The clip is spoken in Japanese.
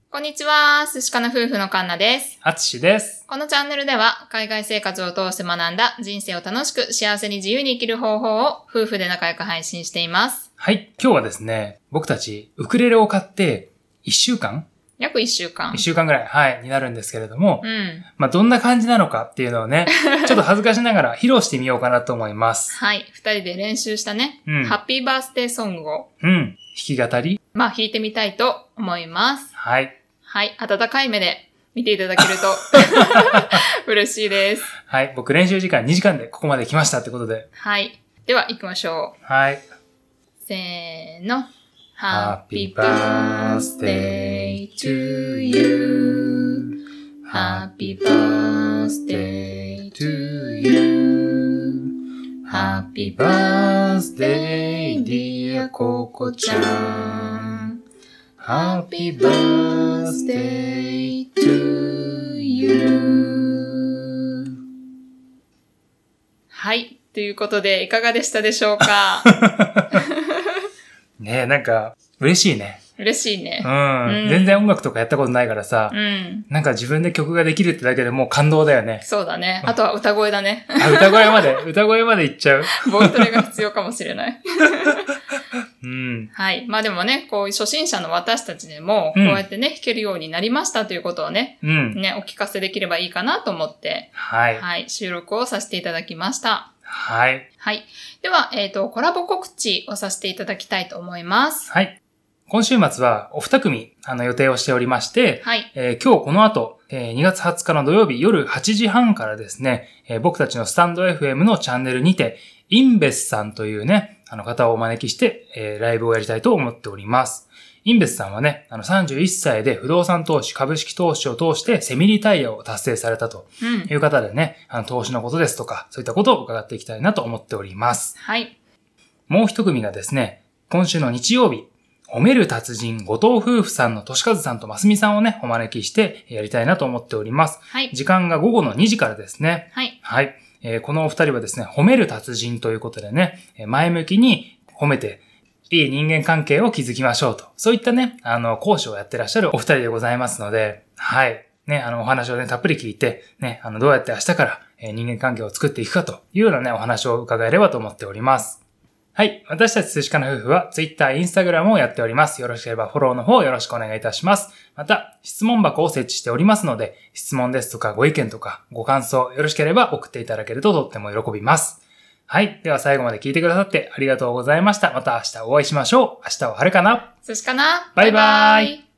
こんにちは、寿司かな夫婦のカンナです。 あつしです。 このチャンネルでは、海外生活を通して学んだ人生を楽しく幸せに自由に生きる方法を夫婦で仲良く配信しています。 はい、今日はですね、僕たちウクレレを買って1週間約1週間。 1週間ぐらい、はい、になるんですけれども、 どんな感じなのかっていうのをね、ちょっと恥ずかしながら披露してみようかなと思います。 はい、2人で練習したね、ハッピーバースデーソングを、 弾き語り弾いてみたいと思います。 はい。 はい、温かい目で見ていただけると嬉しいです。 はい、僕練習時間2時間でここまで来ましたってことで。 はい。では行きましょう。 はい。 せーの。Happy birthday to you. Happy birthday to you. Happy birthday, dear ココちゃん。Happy birthday to you. はい。ということで、いかがでしたでしょうか？ ねえ、なんか、嬉しいね。 嬉しいね。 全然音楽とかやったことないからさ、なんか自分で曲ができるってだけでもう感動だよね。 そうだね。あとは歌声だね。 歌声までいっちゃう。 ボイトレが必要かもしれない。 はい。まあでもね、こう初心者の私たちでも、こうやってね、弾けるようになりましたということをね、お聞かせできればいいかなと思って、はい。収録をさせていただきました。 はい。 はい。では、コラボ告知をさせていただきたいと思います。 はい。今週末はお二組予定をしておりまして、 はい。 今日この後、2月20日の土曜日夜8時半からですね、僕たちのスタンド FM のチャンネルにて、インベスさんというね、方をお招きして、ライブをやりたいと思っております。インベスさんはね、31歳で不動産投資、株式投資を通してセミリタイヤを達成されたという方でね、投資のことですとか、そういったことを伺っていきたいなと思っております。 はい。 もう一組がですね、今週の日曜日、褒める達人、後藤夫婦さんのとしかずさんとますみさんをね、お招きしてやりたいなと思っております。 はい。 時間が午後の2時からですね。 はい。 はい。このお二人はですね、褒める達人ということでね、前向きに褒めて、いい人間関係を築きましょうと。そういったね、講師をやってらっしゃるお二人でございますので、はい。ね、お話をね、たっぷり聞いて、ね、どうやって明日から、人間関係を作っていくかというようなね、お話を伺えればと思っております。はい。私たち寿司かな夫婦は Twitter、Instagram をやっております。よろしければフォローの方よろしくお願いいたします。また、質問箱を設置しておりますので、質問ですとかご意見とかご感想よろしければ送っていただけるととっても喜びます。はい。では最後まで聞いてくださってありがとうございました。また明日お会いしましょう。明日は晴れかな？ 寿司かな？ バイバイ。